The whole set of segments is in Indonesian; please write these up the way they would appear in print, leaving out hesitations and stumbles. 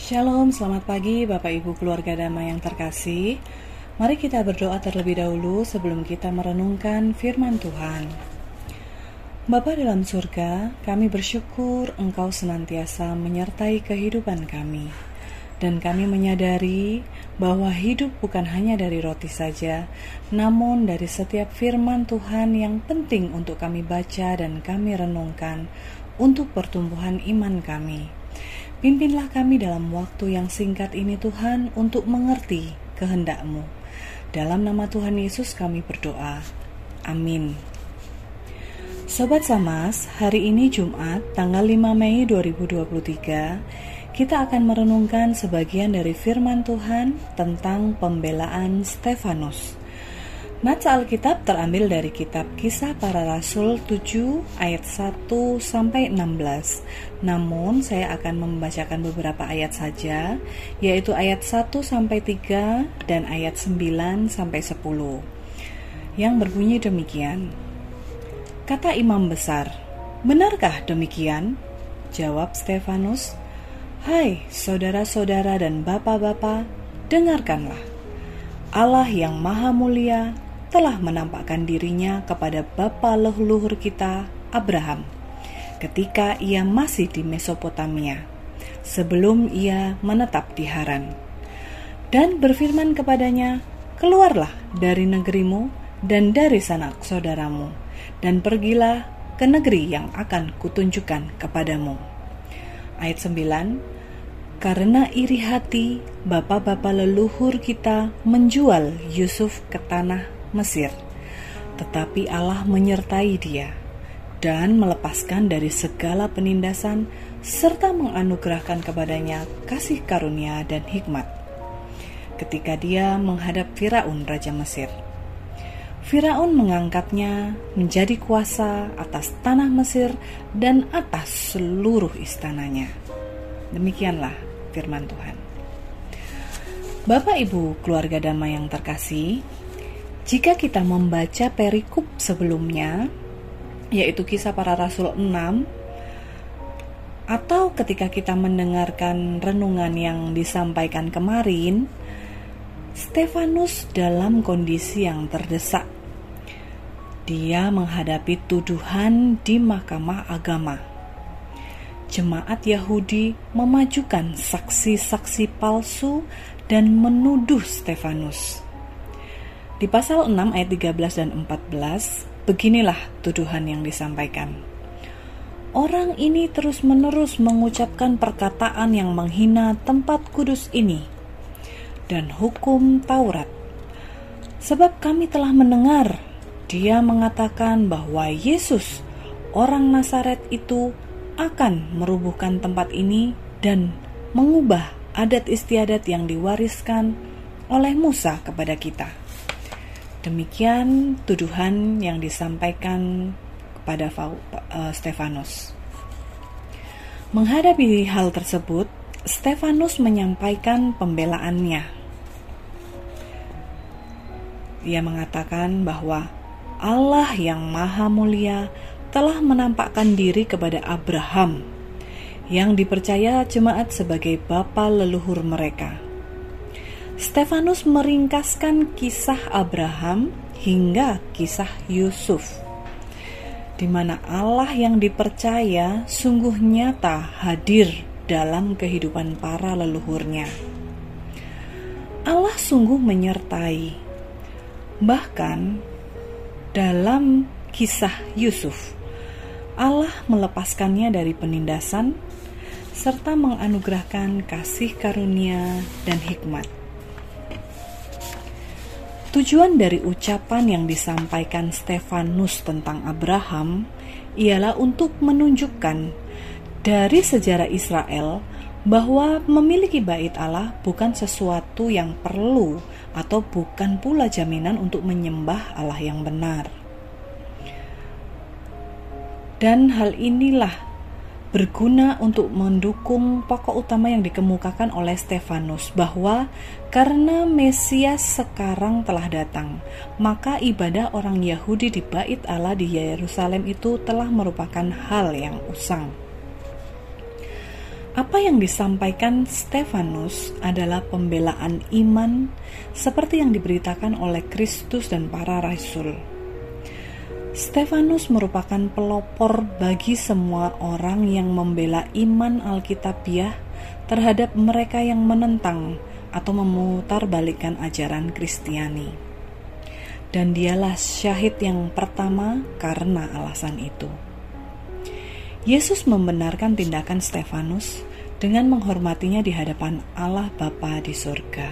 Shalom, selamat pagi Bapak Ibu keluarga damai yang terkasih. Mari kita berdoa terlebih dahulu sebelum kita merenungkan firman Tuhan. Bapa dalam surga, kami bersyukur Engkau senantiasa menyertai kehidupan kami. Dan kami menyadari bahwa hidup bukan hanya dari roti saja, namun dari setiap firman Tuhan yang penting untuk kami baca dan kami renungkan untuk pertumbuhan iman kami. Pimpinlah kami dalam waktu yang singkat ini Tuhan untuk mengerti kehendak-Mu. Dalam nama Tuhan Yesus kami berdoa. Amin. Sobat Samas, hari ini Jumat tanggal 5 Mei 2023, kita akan merenungkan sebagian dari firman Tuhan tentang pembelaan Stefanus. Nats Alkitab terambil dari kitab Kisah Para Rasul 7 ayat 1 sampai 16. Namun saya akan membacakan beberapa ayat saja, yaitu ayat 1 sampai 3 dan ayat 9 sampai 10. Yang berbunyi demikian. Kata imam besar, "Benarkah demikian?" Jawab Stefanus, "Hai saudara-saudara dan bapak-bapak, dengarkanlah. Allah yang Maha Mulia telah menampakkan dirinya kepada bapa leluhur kita, Abraham, ketika ia masih di Mesopotamia, sebelum ia menetap di Haran. Dan berfirman kepadanya, keluarlah dari negerimu dan dari sanak saudaramu, dan pergilah ke negeri yang akan kutunjukkan kepadamu." Ayat 9, karena iri hati, bapa-bapa leluhur kita menjual Yusuf ke tanah Mesir, tetapi Allah menyertai dia dan melepaskan dari segala penindasan serta menganugerahkan kepadanya kasih karunia dan hikmat ketika dia menghadap Firaun Raja Mesir. Firaun mengangkatnya menjadi kuasa atas tanah Mesir dan atas seluruh istananya. Demikianlah firman Tuhan. Bapak Ibu keluarga damai yang terkasih, jika kita membaca perikop sebelumnya, yaitu Kisah Para Rasul 6, atau ketika kita mendengarkan renungan yang disampaikan kemarin, Stefanus dalam kondisi yang terdesak. Dia menghadapi tuduhan di mahkamah agama. Jemaat Yahudi memajukan saksi-saksi palsu dan menuduh Stefanus. Di pasal 6 ayat 13 dan 14, beginilah tuduhan yang disampaikan. Orang ini terus-menerus mengucapkan perkataan yang menghina tempat kudus ini dan hukum Taurat. Sebab kami telah mendengar dia mengatakan bahwa Yesus, orang Nazaret itu, akan merubuhkan tempat ini dan mengubah adat istiadat yang diwariskan oleh Musa kepada kita. Demikian tuduhan yang disampaikan kepada Stefanus. Menghadapi hal tersebut, Stefanus menyampaikan pembelaannya. Dia mengatakan bahwa Allah yang Maha Mulia telah menampakkan diri kepada Abraham, yang dipercaya jemaat sebagai bapa leluhur mereka. Stefanus meringkaskan kisah Abraham hingga kisah Yusuf, di mana Allah yang dipercaya sungguh nyata hadir dalam kehidupan para leluhurnya. Allah sungguh menyertai. Bahkan dalam kisah Yusuf, Allah melepaskannya dari penindasan serta menganugerahkan kasih karunia dan hikmat. Tujuan dari ucapan yang disampaikan Stefanus tentang Abraham ialah untuk menunjukkan dari sejarah Israel bahwa memiliki bait Allah bukan sesuatu yang perlu atau bukan pula jaminan untuk menyembah Allah yang benar. Dan hal inilah berguna untuk mendukung pokok utama yang dikemukakan oleh Stefanus, bahwa karena Mesias sekarang telah datang, maka ibadah orang Yahudi di bait Allah di Yerusalem itu telah merupakan hal yang usang. Apa yang disampaikan Stefanus adalah pembelaan iman seperti yang diberitakan oleh Kristus dan para rasul. Stefanus merupakan pelopor bagi semua orang yang membela iman Alkitabiah terhadap mereka yang menentang atau memutarbalikkan ajaran Kristiani. Dan dialah syahid yang pertama karena alasan itu. Yesus membenarkan tindakan Stefanus dengan menghormatinya di hadapan Allah Bapa di surga.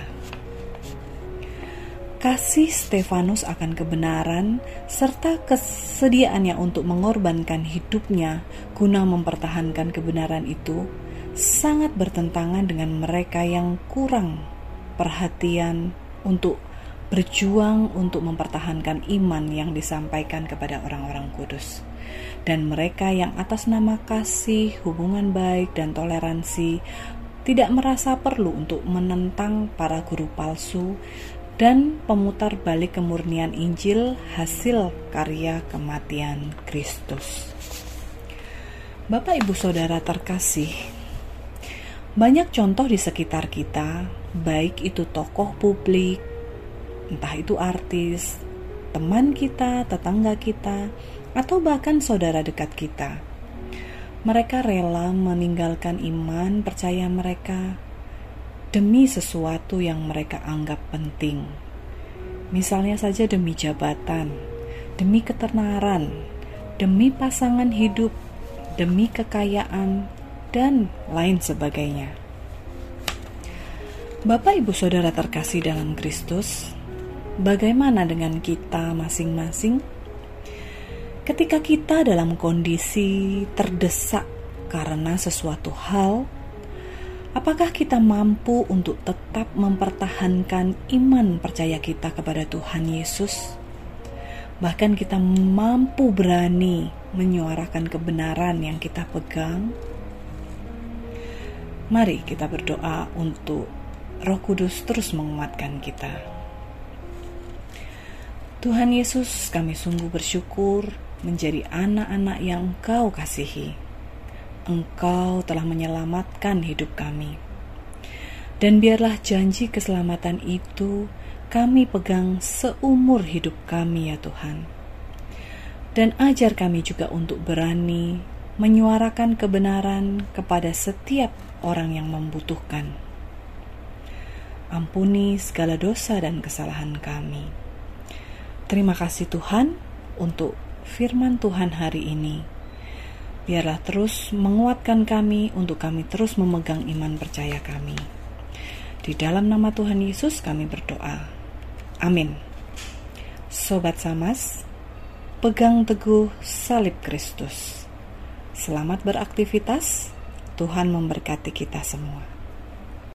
Kasih Stefanus akan kebenaran serta kesediaannya untuk mengorbankan hidupnya guna mempertahankan kebenaran itu sangat bertentangan dengan mereka yang kurang perhatian untuk berjuang untuk mempertahankan iman yang disampaikan kepada orang-orang kudus. Dan mereka yang atas nama kasih, hubungan baik, dan toleransi tidak merasa perlu untuk menentang para guru palsu dan pemutar balik kemurnian Injil hasil karya kematian Kristus. Bapak Ibu Saudara terkasih, banyak contoh di sekitar kita, baik itu tokoh publik, entah itu artis, teman kita, tetangga kita, atau bahkan saudara dekat kita. Mereka rela meninggalkan iman percaya mereka demi sesuatu yang mereka anggap penting. Misalnya saja demi jabatan, demi ketenaran, demi pasangan hidup, demi kekayaan, dan lain sebagainya. Bapak Ibu Saudara terkasih dalam Kristus, bagaimana dengan kita masing-masing? Ketika kita dalam kondisi terdesak karena sesuatu hal, apakah kita mampu untuk tetap mempertahankan iman percaya kita kepada Tuhan Yesus? Bahkan kita mampu berani menyuarakan kebenaran yang kita pegang? Mari kita berdoa untuk Roh Kudus terus menguatkan kita. Tuhan Yesus, kami sungguh bersyukur menjadi anak-anak yang Engkau kasihi. Engkau telah menyelamatkan hidup kami. Dan biarlah janji keselamatan itu kami pegang seumur hidup kami ya Tuhan. Dan ajar kami juga untuk berani menyuarakan kebenaran kepada setiap orang yang membutuhkan. Ampuni segala dosa dan kesalahan kami. Terima kasih Tuhan untuk firman Tuhan hari ini. Biarlah terus menguatkan kami untuk kami terus memegang iman percaya kami. Di dalam nama Tuhan Yesus kami berdoa. Amin. Sobat Samas, pegang teguh salib Kristus. Selamat beraktivitas. Tuhan memberkati kita semua.